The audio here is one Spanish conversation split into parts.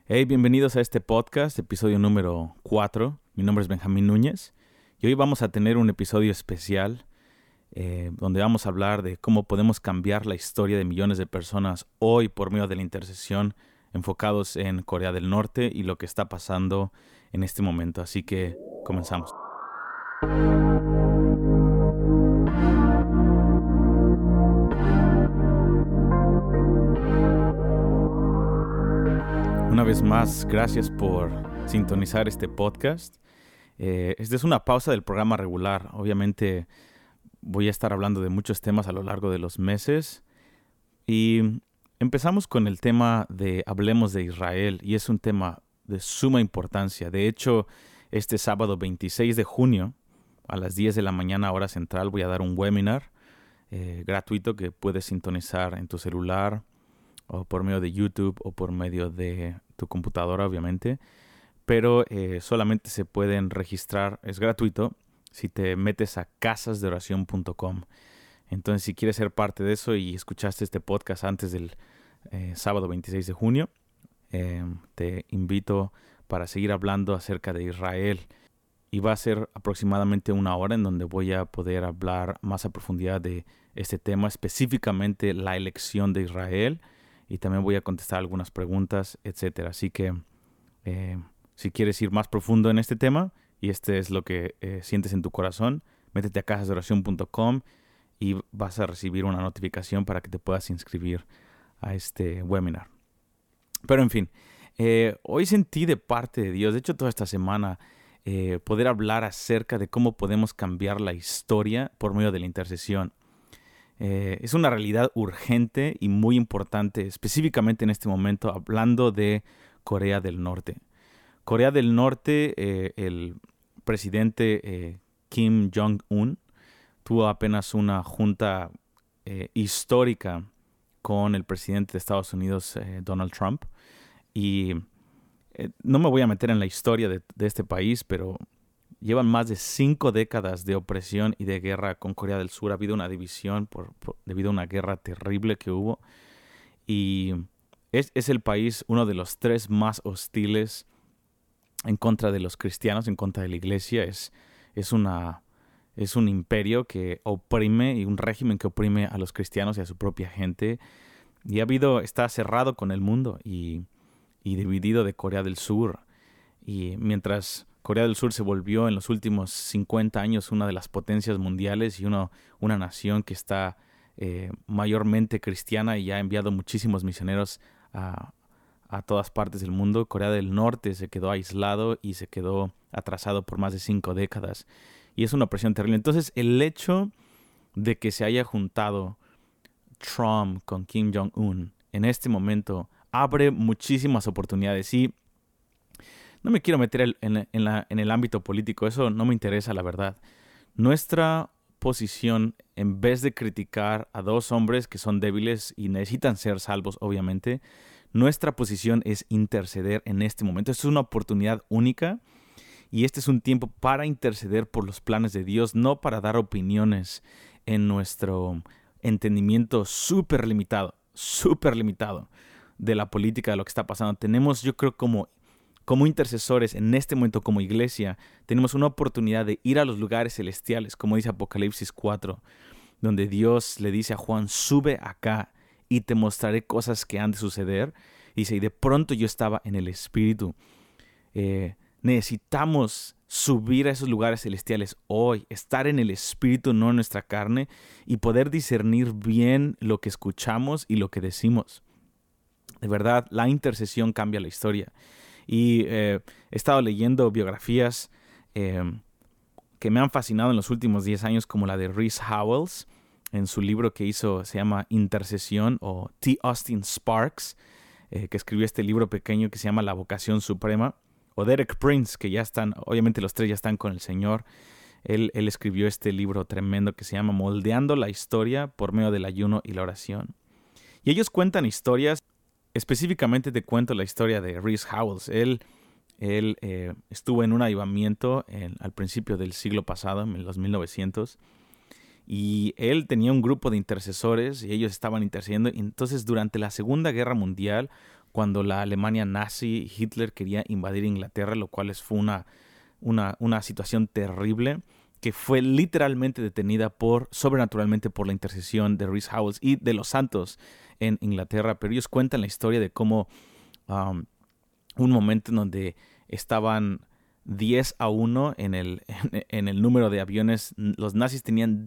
Hey, bienvenidos a este podcast, episodio número 4. Mi nombre es Benjamín Núñez y hoy vamos a tener un episodio especial donde vamos a hablar de cómo podemos cambiar la historia de millones de personas hoy por medio de la intercesión, enfocados en Corea del Norte y lo que está pasando en este momento. Así que comenzamos. Una vez más, gracias por sintonizar este podcast. Esta es una pausa del programa regular. Obviamente voy a estar hablando de muchos temas a lo largo de los meses. Y empezamos con el tema de Hablemos de Israel. Y es un tema de suma importancia. De hecho, este sábado 26 de junio, a las 10 de la mañana hora central, voy a dar un webinar gratuito que puedes sintonizar en tu celular o por medio de YouTube o por medio de tu computadora, obviamente. Pero solamente se pueden registrar, es gratuito, si te metes a casasdeoración.com. Entonces, si quieres ser parte de eso y escuchaste este podcast antes del sábado 26 de junio, te invito para seguir hablando acerca de Israel. Y va a ser aproximadamente una hora en donde voy a poder hablar más a profundidad de este tema, específicamente la elección de Israel. Y también voy a contestar algunas preguntas, etcétera. Así que si quieres ir más profundo en este tema y este es lo que sientes en tu corazón, métete a casasdeoración.com y vas a recibir una notificación para que te puedas inscribir a este webinar. Pero en fin, hoy sentí de parte de Dios, de hecho toda esta semana, poder hablar acerca de cómo podemos cambiar la historia por medio de la intercesión. Es una realidad urgente y muy importante, específicamente en este momento, hablando de Corea del Norte. Corea del Norte, el presidente Kim Jong-un tuvo apenas una junta histórica con el presidente de Estados Unidos, Donald Trump. Y no me voy a meter en la historia de este país, pero llevan más de 5 décadas de opresión y de guerra con Corea del Sur. Ha habido una división debido a una guerra terrible que hubo. Y es el país, uno de los 3 más hostiles en contra de los cristianos, en contra de la iglesia. Es un imperio que oprime y un régimen que oprime a los cristianos y a su propia gente. Y está cerrado con el mundo y dividido de Corea del Sur. Y mientras Corea del Sur se volvió en los últimos 50 años una de las potencias mundiales y una nación que está mayormente cristiana y ha enviado muchísimos misioneros a todas partes del mundo, Corea del Norte se quedó aislado y se quedó atrasado por más de 5 décadas. Y es una opresión terrible. Entonces, el hecho de que se haya juntado Trump con Kim Jong-un en este momento abre muchísimas oportunidades. Y no me quiero meter en el ámbito político, eso no me interesa, la verdad. Nuestra posición, en vez de criticar a 2 hombres que son débiles y necesitan ser salvos, obviamente, nuestra posición es interceder en este momento. Esto es una oportunidad única y este es un tiempo para interceder por los planes de Dios, no para dar opiniones en nuestro entendimiento súper limitado de la política, de lo que está pasando. Tenemos, yo creo, como intercesores en este momento, como iglesia, tenemos una oportunidad de ir a los lugares celestiales, como dice Apocalipsis 4, donde Dios le dice a Juan, sube acá y te mostraré cosas que han de suceder. Y dice, y de pronto yo estaba en el Espíritu. Necesitamos subir a esos lugares celestiales hoy, estar en el Espíritu, no en nuestra carne, y poder discernir bien lo que escuchamos y lo que decimos. De verdad, la intercesión cambia la historia. Y he estado leyendo biografías que me han fascinado en los últimos 10 años, como la de Rees Howells, en su libro que hizo, se llama Intercesión, o T. Austin Sparks, que escribió este libro pequeño que se llama La Vocación Suprema, o Derek Prince, que ya están, obviamente los 3 ya están con el Señor. Él escribió este libro tremendo que se llama Moldeando la Historia por medio del ayuno y la oración. Y ellos cuentan historias. Específicamente te cuento la historia de Rees Howells. Él estuvo en un avivamiento al principio del siglo pasado, en los 1900, y él tenía un grupo de intercesores y ellos estaban intercediendo. Entonces, durante la Segunda Guerra Mundial, cuando la Alemania nazi, Hitler quería invadir Inglaterra, lo cual fue una situación terrible que fue literalmente detenida sobrenaturalmente por la intercesión de Rees Howells y de los santos en Inglaterra. Pero ellos cuentan la historia de cómo un momento en donde estaban 10-1 en el número de aviones. Los nazis tenían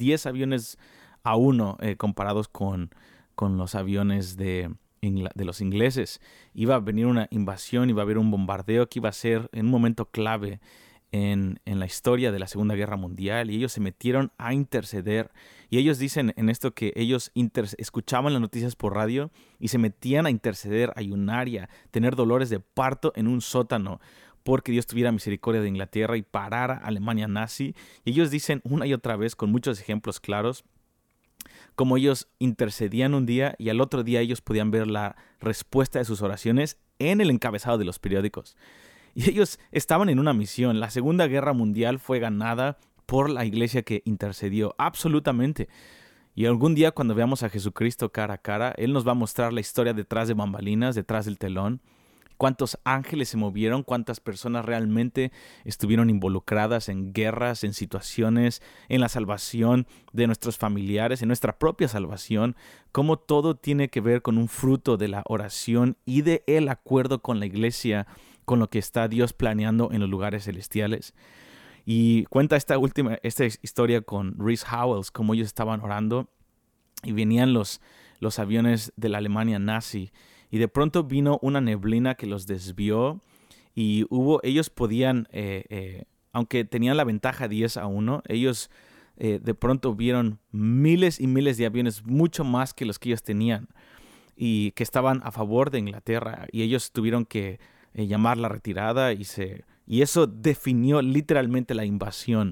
10-1 comparados con los aviones de los ingleses. Iba a venir una invasión, iba a haber un bombardeo que iba a ser en un momento clave en la historia de la Segunda Guerra Mundial, y ellos se metieron a interceder. Y ellos dicen en esto que ellos escuchaban las noticias por radio y se metían a interceder, a ayunar y a tener dolores de parto en un sótano, porque Dios tuviera misericordia de Inglaterra y parara a Alemania nazi. Y ellos dicen una y otra vez, con muchos ejemplos claros, como ellos intercedían un día y al otro día ellos podían ver la respuesta de sus oraciones en el encabezado de los periódicos. Y ellos estaban en una misión. La Segunda Guerra Mundial fue ganada por la iglesia que intercedió, absolutamente. Y algún día, cuando veamos a Jesucristo cara a cara, Él nos va a mostrar la historia detrás de bambalinas, detrás del telón. Cuántos ángeles se movieron, cuántas personas realmente estuvieron involucradas en guerras, en situaciones, en la salvación de nuestros familiares, en nuestra propia salvación. Cómo todo tiene que ver con un fruto de la oración y de el acuerdo con la iglesia, con lo que está Dios planeando en los lugares celestiales. Y cuenta esta historia con Rees Howells, cómo ellos estaban orando y venían los aviones de la Alemania nazi. Y de pronto vino una neblina que los desvió y ellos podían, aunque tenían la ventaja 10-1, ellos de pronto vieron miles y miles de aviones, mucho más que los que ellos tenían, y que estaban a favor de Inglaterra. Y ellos tuvieron que llamar la retirada y eso definió literalmente la invasión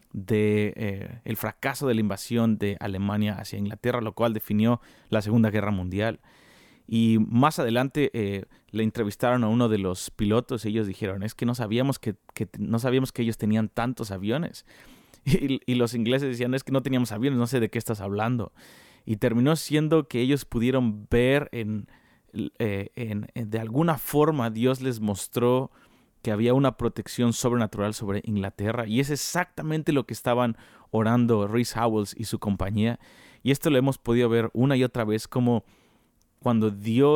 el fracaso de la invasión de Alemania hacia Inglaterra, lo cual definió la Segunda Guerra Mundial. Y más adelante le entrevistaron a uno de los pilotos y ellos dijeron, es que no sabíamos que ellos tenían tantos aviones. Y los ingleses decían, es que no teníamos aviones, no sé de qué estás hablando. Y terminó siendo que ellos pudieron ver de alguna forma Dios les mostró que había una protección sobrenatural sobre Inglaterra, y es exactamente lo que estaban orando Rees Howells y su compañía. Y esto lo hemos podido ver una y otra vez, como cuando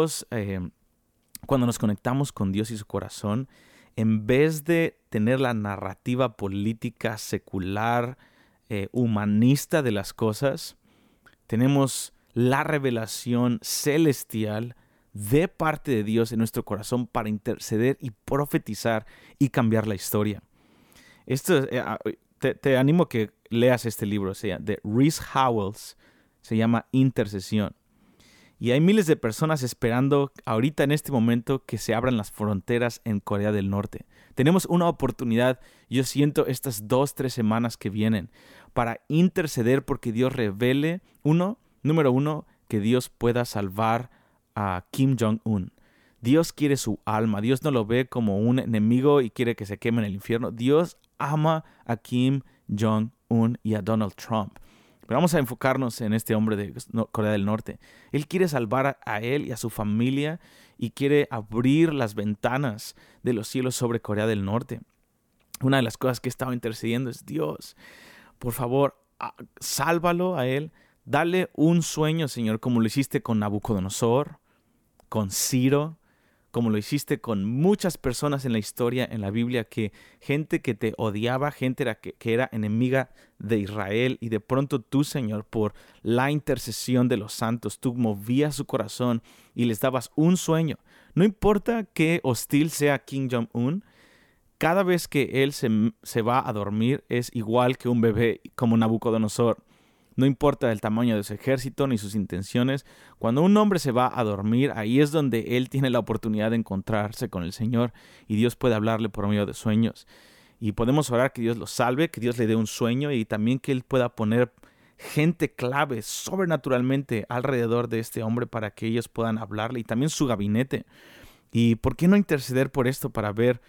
nos conectamos con Dios y su corazón, en vez de tener la narrativa política, secular, humanista de las cosas, tenemos la revelación celestial de parte de Dios en nuestro corazón para interceder y profetizar y cambiar la historia. Esto te animo a que leas este libro, de Rees Howells, se llama Intercesión. Y hay miles de personas esperando ahorita en este momento que se abran las fronteras en Corea del Norte. Tenemos una oportunidad, yo siento, estas 2-3 semanas que vienen para interceder porque Dios revele, número uno, que Dios pueda salvar a Kim Jong-un. Dios quiere su alma. Dios no lo ve como un enemigo y quiere que se queme en el infierno. Dios ama a Kim Jong-un y a Donald Trump. Pero vamos a enfocarnos en este hombre de Corea del Norte. Él quiere salvar a él y a su familia y quiere abrir las ventanas de los cielos sobre Corea del Norte. Una de las cosas que he estado intercediendo es, Dios, por favor, sálvalo a él. Dale un sueño, Señor, como lo hiciste con Nabucodonosor, con Ciro, como lo hiciste con muchas personas en la historia, en la Biblia, que gente que te odiaba, gente que era enemiga de Israel, y de pronto tú, Señor, por la intercesión de los santos, tú movías su corazón y les dabas un sueño. No importa qué hostil sea Kim Jong-un, cada vez que él se va a dormir es igual que un bebé como Nabucodonosor. No importa el tamaño de su ejército ni sus intenciones. Cuando un hombre se va a dormir, ahí es donde él tiene la oportunidad de encontrarse con el Señor y Dios puede hablarle por medio de sueños. Y podemos orar que Dios lo salve, que Dios le dé un sueño y también que Él pueda poner gente clave sobrenaturalmente alrededor de este hombre para que ellos puedan hablarle, y también su gabinete. ¿Y por qué no interceder por esto para ver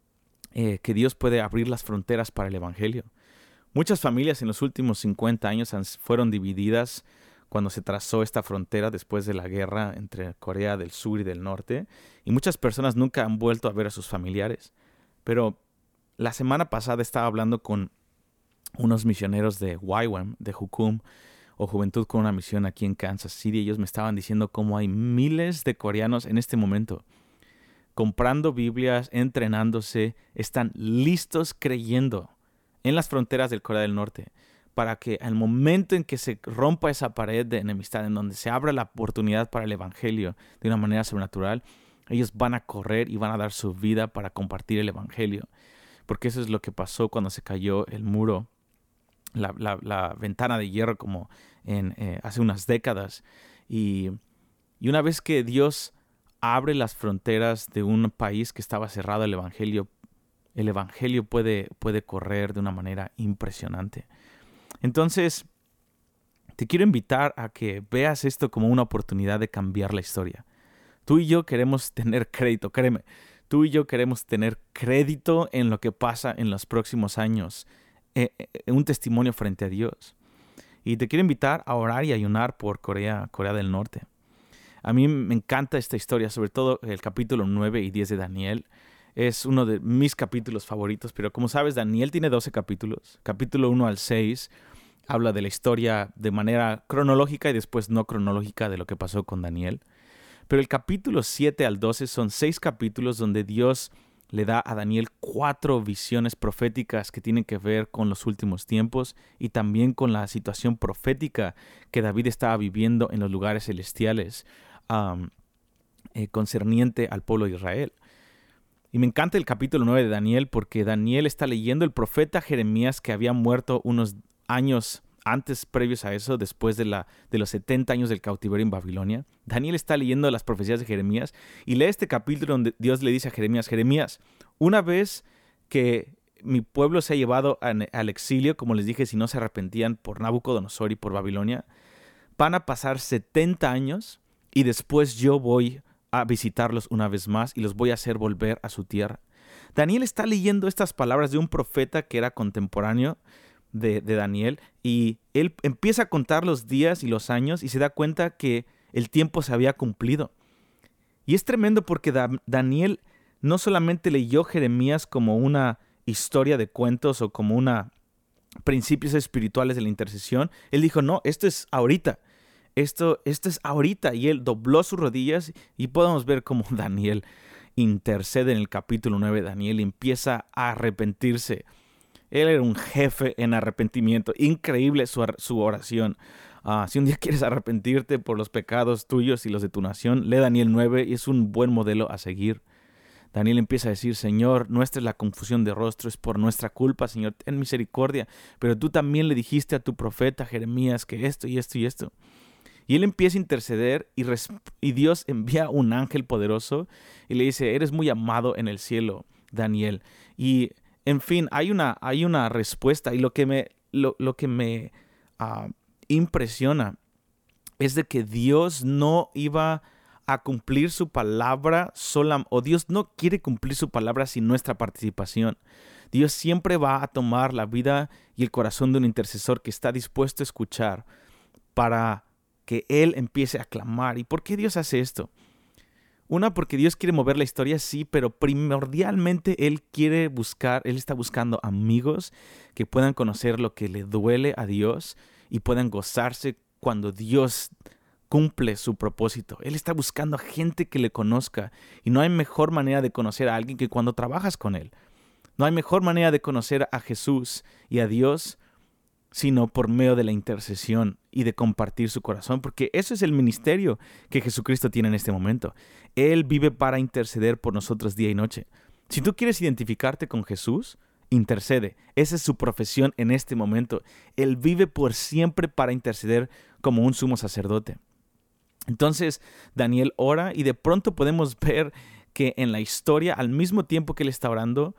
que Dios puede abrir las fronteras para el Evangelio? Muchas familias en los últimos 50 años fueron divididas cuando se trazó esta frontera después de la guerra entre Corea del Sur y del Norte, y muchas personas nunca han vuelto a ver a sus familiares. Pero la semana pasada estaba hablando con unos misioneros de YWAM, de Jukum, o Juventud con una Misión aquí en Kansas City. Ellos me estaban diciendo cómo hay miles de coreanos en este momento comprando Biblias, entrenándose, están listos creyendo en las fronteras del Corea del Norte, para que al momento en que se rompa esa pared de enemistad, en donde se abra la oportunidad para el Evangelio de una manera sobrenatural, ellos van a correr y van a dar su vida para compartir el Evangelio. Porque eso es lo que pasó cuando se cayó el muro, la ventana de hierro, como hace unas décadas. Y una vez que Dios abre las fronteras de un país que estaba cerrado al Evangelio, el Evangelio puede correr de una manera impresionante. Entonces, te quiero invitar a que veas esto como una oportunidad de cambiar la historia. Tú y yo queremos tener crédito, créeme. Tú y yo queremos tener crédito en lo que pasa en los próximos años. Un testimonio frente a Dios. Y te quiero invitar a orar y ayunar por Corea del Norte. A mí me encanta esta historia, sobre todo el capítulo 9 y 10 de Daniel. Es uno de mis capítulos favoritos, pero como sabes, Daniel tiene 12 capítulos. Capítulo 1 al 6 habla de la historia de manera cronológica y después no cronológica de lo que pasó con Daniel. Pero el capítulo 7 al 12 son 6 capítulos donde Dios le da a Daniel 4 visiones proféticas que tienen que ver con los últimos tiempos y también con la situación profética que David estaba viviendo en los lugares celestiales concerniente al pueblo de Israel. Y me encanta el capítulo 9 de Daniel porque Daniel está leyendo el profeta Jeremías, que había muerto unos años antes, previos a eso, después de los 70 años del cautiverio en Babilonia. Daniel está leyendo las profecías de Jeremías y lee este capítulo donde Dios le dice a Jeremías: Jeremías, una vez que mi pueblo se ha llevado al exilio, como les dije, si no se arrepentían por Nabucodonosor y por Babilonia, van a pasar 70 años y después yo voy a visitarlos una vez más y los voy a hacer volver a su tierra. Daniel está leyendo estas palabras de un profeta que era contemporáneo de Daniel, y él empieza a contar los días y los años y se da cuenta que el tiempo se había cumplido. Y es tremendo porque Daniel no solamente leyó Jeremías como una historia de cuentos o como principios espirituales de la intercesión. Él dijo: no, esto es ahorita. Esto es ahorita. Y él dobló sus rodillas y podemos ver cómo Daniel intercede en el capítulo 9 de Daniel y empieza a arrepentirse. Él era un jefe en arrepentimiento. Increíble su oración. Si un día quieres arrepentirte por los pecados tuyos y los de tu nación, lee Daniel 9 y es un buen modelo a seguir. Daniel empieza a decir: Señor, nuestra es la confusión de rostro, es por nuestra culpa, Señor, ten misericordia. Pero tú también le dijiste a tu profeta Jeremías que esto y esto y esto. Y él empieza a interceder y Dios envía un ángel poderoso y le dice: eres muy amado en el cielo, Daniel. Y en fin, hay una respuesta, y lo que me impresiona es de que Dios no iba a cumplir su palabra sola, o Dios no quiere cumplir su palabra sin nuestra participación. Dios siempre va a tomar la vida y el corazón de un intercesor que está dispuesto a escuchar para que Él empiece a clamar. ¿Y por qué Dios hace esto? Porque Dios quiere mover la historia, sí, pero primordialmente Él está buscando amigos que puedan conocer lo que le duele a Dios y puedan gozarse cuando Dios cumple su propósito. Él está buscando a gente que le conozca, y no hay mejor manera de conocer a alguien que cuando trabajas con Él. No hay mejor manera de conocer a Jesús y a Dios sino por medio de la intercesión y de compartir su corazón, porque eso es el ministerio que Jesucristo tiene en este momento. Él vive para interceder por nosotros día y noche. Si tú quieres identificarte con Jesús, intercede. Esa es su profesión en este momento. Él vive por siempre para interceder como un sumo sacerdote. Entonces, Daniel ora y de pronto podemos ver que en la historia, al mismo tiempo que él está orando,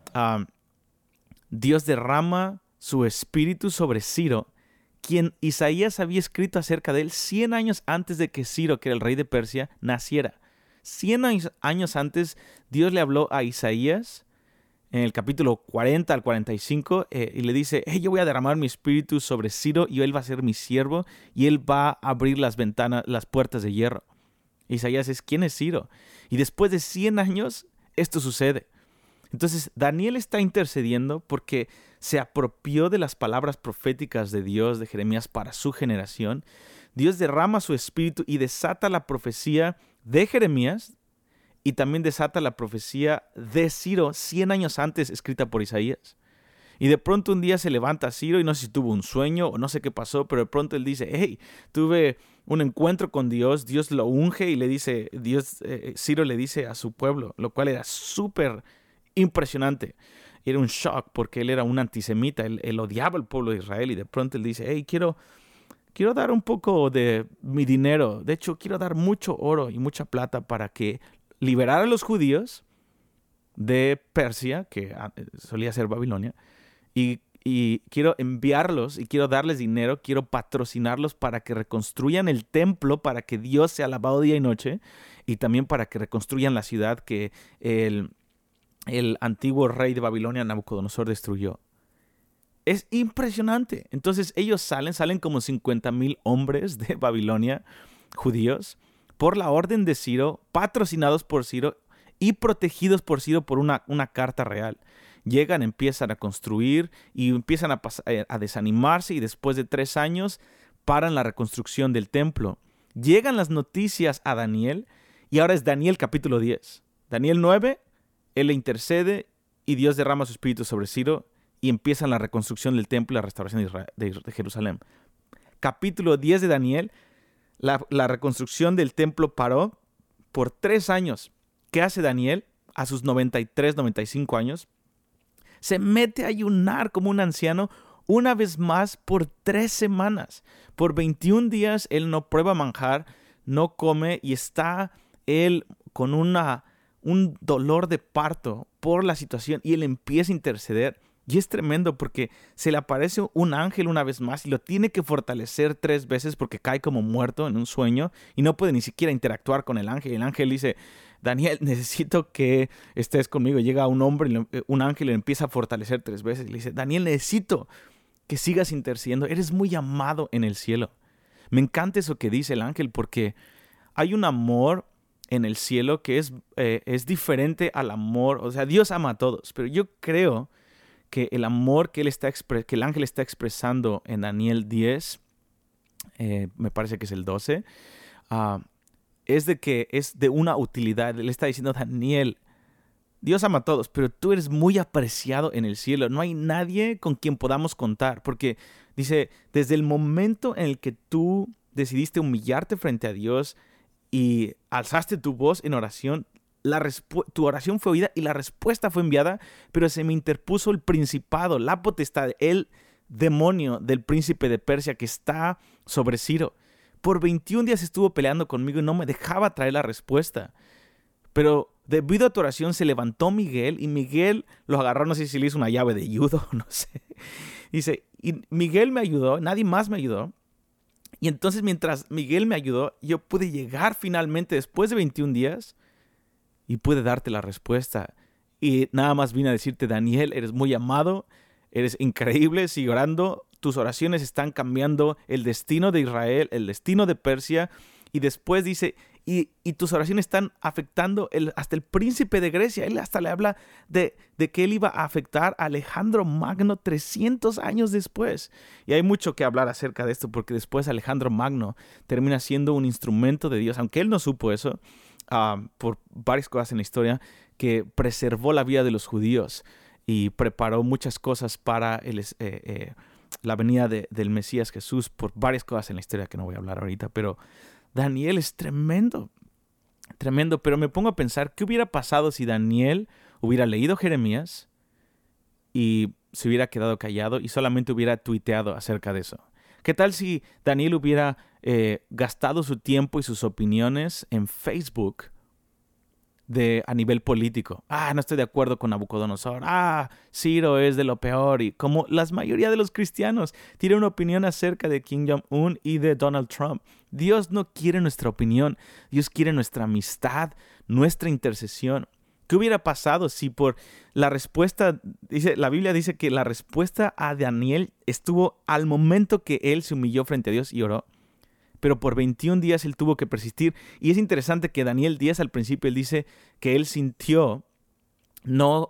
Dios derrama su espíritu sobre Ciro, quien Isaías había escrito acerca de él 100 años antes de que Ciro, que era el rey de Persia, naciera. 100 años antes, Dios le habló a Isaías en el capítulo 40 al 45, y le dice, hey, yo voy a derramar mi espíritu sobre Ciro y él va a ser mi siervo y él va a abrir las puertas de hierro. Isaías es, ¿quién es Ciro? Y después de 100 años, esto sucede. Entonces, Daniel está intercediendo porque se apropió de las palabras proféticas de Dios, de Jeremías, para su generación. Dios derrama su espíritu y desata la profecía de Jeremías y también desata la profecía de Ciro 100 años antes, escrita por Isaías. Y de pronto un día se levanta Ciro y no sé si tuvo un sueño o no sé qué pasó, pero de pronto él dice, hey, tuve un encuentro con Dios, Dios lo unge y le dice, Ciro le dice a su pueblo, lo cual era súper impresionante. Era un shock porque él era un antisemita, él odiaba al pueblo de Israel y de pronto él dice, hey, quiero dar un poco de mi dinero, de hecho quiero dar mucho oro y mucha plata para que liberar a los judíos de Persia, que solía ser Babilonia, y quiero enviarlos y quiero darles dinero, quiero patrocinarlos para que reconstruyan el templo, para que Dios sea alabado día y noche, y también para que reconstruyan la ciudad que el antiguo rey de Babilonia, Nabucodonosor, destruyó. Es impresionante. Entonces ellos salen como 50,000 hombres de Babilonia, judíos, por la orden de Ciro, patrocinados por Ciro y protegidos por Ciro por una carta real. Llegan, empiezan a construir y empiezan a desanimarse y después de 3 años paran la reconstrucción del templo. Llegan las noticias a Daniel y ahora es Daniel capítulo 10. Daniel 9, él le intercede y Dios derrama su espíritu sobre Ciro y empiezan la reconstrucción del templo y la restauración de Jerusalén. Capítulo 10 de Daniel, la reconstrucción del templo paró por 3 años. ¿Qué hace Daniel a sus 93, 95 años? Se mete a ayunar como un anciano una vez más por 3 semanas. Por 21 días él no prueba manjar, no come y está él con un dolor de parto por la situación y él empieza a interceder. Y es tremendo porque se le aparece un ángel una vez más y lo tiene que fortalecer 3 veces porque cae como muerto en un sueño y no puede ni siquiera interactuar con el ángel. Y el ángel dice, Daniel, necesito que estés conmigo. Llega un ángel y le empieza a fortalecer 3 veces y le dice, Daniel, necesito que sigas intercediendo. Eres muy amado en el cielo. Me encanta eso que dice el ángel porque hay un amor en el cielo que es diferente al amor. O sea, Dios ama a todos, pero yo creo que el amor que el ángel está expresando en Daniel 10, me parece que es el 12, es de que es de una utilidad. Él está diciendo, Daniel, Dios ama a todos, pero tú eres muy apreciado en el cielo. No hay nadie con quien podamos contar, porque dice, desde el momento en el que tú decidiste humillarte frente a Dios y alzaste tu voz en oración, tu oración fue oída y la respuesta fue enviada, pero se me interpuso el principado, la potestad, el demonio del príncipe de Persia que está sobre Ciro. Por 21 días estuvo peleando conmigo y no me dejaba traer la respuesta. Pero debido a tu oración se levantó Miguel y Miguel lo agarró, no sé si le hizo una llave de judo, no sé. Dice, y Miguel me ayudó, nadie más me ayudó. Y entonces mientras Miguel me ayudó, yo pude llegar finalmente después de 21 días y pude darte la respuesta. Y nada más vine a decirte, Daniel, eres muy amado, eres increíble, sigue orando. Tus oraciones están cambiando el destino de Israel, el destino de Persia. Y después dice, y tus oraciones están afectando hasta el príncipe de Grecia. Él hasta le habla de que él iba a afectar a Alejandro Magno 300 años después. Y hay mucho que hablar acerca de esto, porque después Alejandro Magno termina siendo un instrumento de Dios, aunque él no supo eso, por varias cosas en la historia, que preservó la vida de los judíos y preparó muchas cosas para la venida del Mesías Jesús, por varias cosas en la historia que no voy a hablar ahorita. Pero Daniel es tremendo, tremendo. Pero me pongo a pensar, ¿qué hubiera pasado si Daniel hubiera leído Jeremías y se hubiera quedado callado y solamente hubiera tuiteado acerca de eso? ¿Qué tal si Daniel hubiera gastado su tiempo y sus opiniones en Facebook a nivel político? No estoy de acuerdo con Nabucodonosor. Ciro es de lo peor. Y como la mayoría de los cristianos tienen una opinión acerca de Kim Jong-un y de Donald Trump. Dios no quiere nuestra opinión. Dios quiere nuestra amistad, nuestra intercesión. ¿Qué hubiera pasado si por la respuesta, la Biblia dice que la respuesta a Daniel estuvo al momento que él se humilló frente a Dios y oró? Pero por 21 días él tuvo que persistir. Y es interesante que Daniel 10 al principio él dice que él sintió no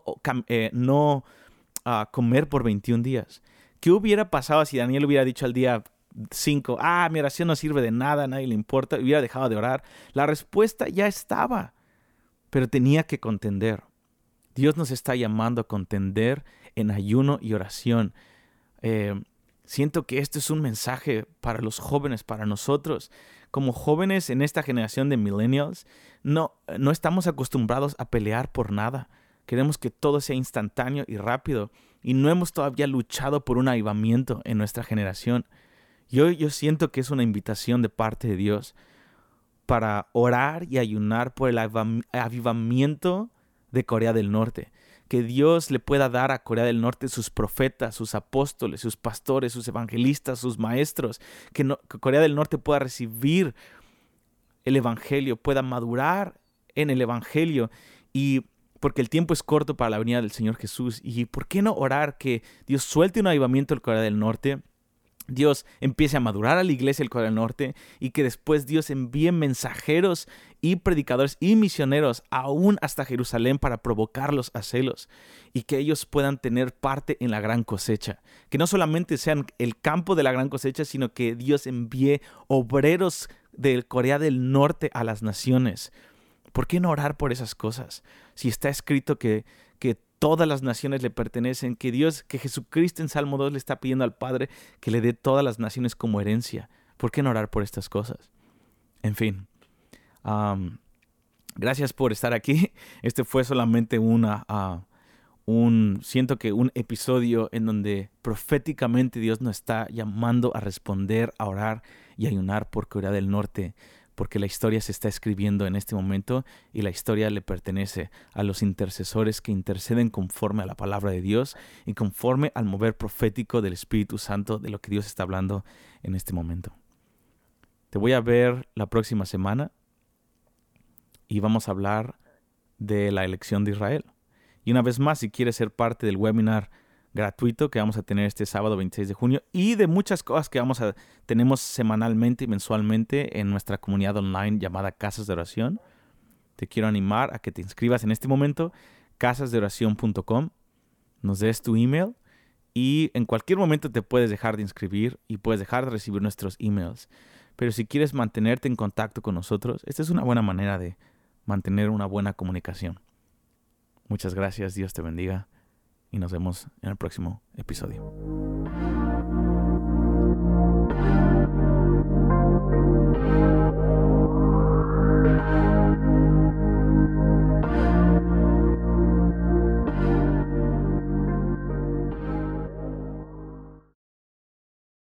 comer por 21 días. ¿Qué hubiera pasado si Daniel hubiera dicho al día 5, mi oración no sirve de nada, a nadie le importa, hubiera dejado de orar? La respuesta ya estaba, pero tenía que contender. Dios nos está llamando a contender en ayuno y oración. Siento que este es un mensaje para los jóvenes, para nosotros. Como jóvenes en esta generación de millennials, no estamos acostumbrados a pelear por nada. Queremos que todo sea instantáneo y rápido. Y no hemos todavía luchado por un avivamiento en nuestra generación. Yo siento que es una invitación de parte de Dios para orar y ayunar por el avivamiento de Corea del Norte. Que Dios le pueda dar a Corea del Norte sus profetas, sus apóstoles, sus pastores, sus evangelistas, sus maestros. Que Corea del Norte pueda recibir el evangelio, pueda madurar en el evangelio. Y porque el tiempo es corto para la venida del Señor Jesús. ¿Y por qué no orar que Dios suelte un avivamiento en Corea del Norte? Dios empiece a madurar a la iglesia del Corea del Norte y que después Dios envíe mensajeros y predicadores y misioneros aún hasta Jerusalén para provocarlos a celos y que ellos puedan tener parte en la gran cosecha. Que no solamente sean el campo de la gran cosecha, sino que Dios envíe obreros de Corea del Norte a las naciones. ¿Por qué no orar por esas cosas? Si está escrito que todas las naciones le pertenecen, que Jesucristo en Salmo 2 le está pidiendo al Padre que le dé todas las naciones como herencia. ¿Por qué no orar por estas cosas? En fin, gracias por estar aquí. Este fue solamente siento que un episodio en donde proféticamente Dios nos está llamando a responder, a orar y ayunar por Corea del Norte, porque la historia se está escribiendo en este momento y la historia le pertenece a los intercesores que interceden conforme a la palabra de Dios y conforme al mover profético del Espíritu Santo de lo que Dios está hablando en este momento. Te voy a ver la próxima semana y vamos a hablar de la elección de Israel. Y una vez más, si quieres ser parte del webinar gratuito que vamos a tener este sábado 26 de junio y de muchas cosas que tenemos semanalmente y mensualmente en nuestra comunidad online llamada Casas de Oración, te quiero animar a que te inscribas en este momento, casasdeoracion.com, nos des tu email y en cualquier momento te puedes dejar de inscribir y puedes dejar de recibir nuestros emails. Pero si quieres mantenerte en contacto con nosotros, esta es una buena manera de mantener una buena comunicación. Muchas gracias, Dios te bendiga. Y nos vemos en el próximo episodio.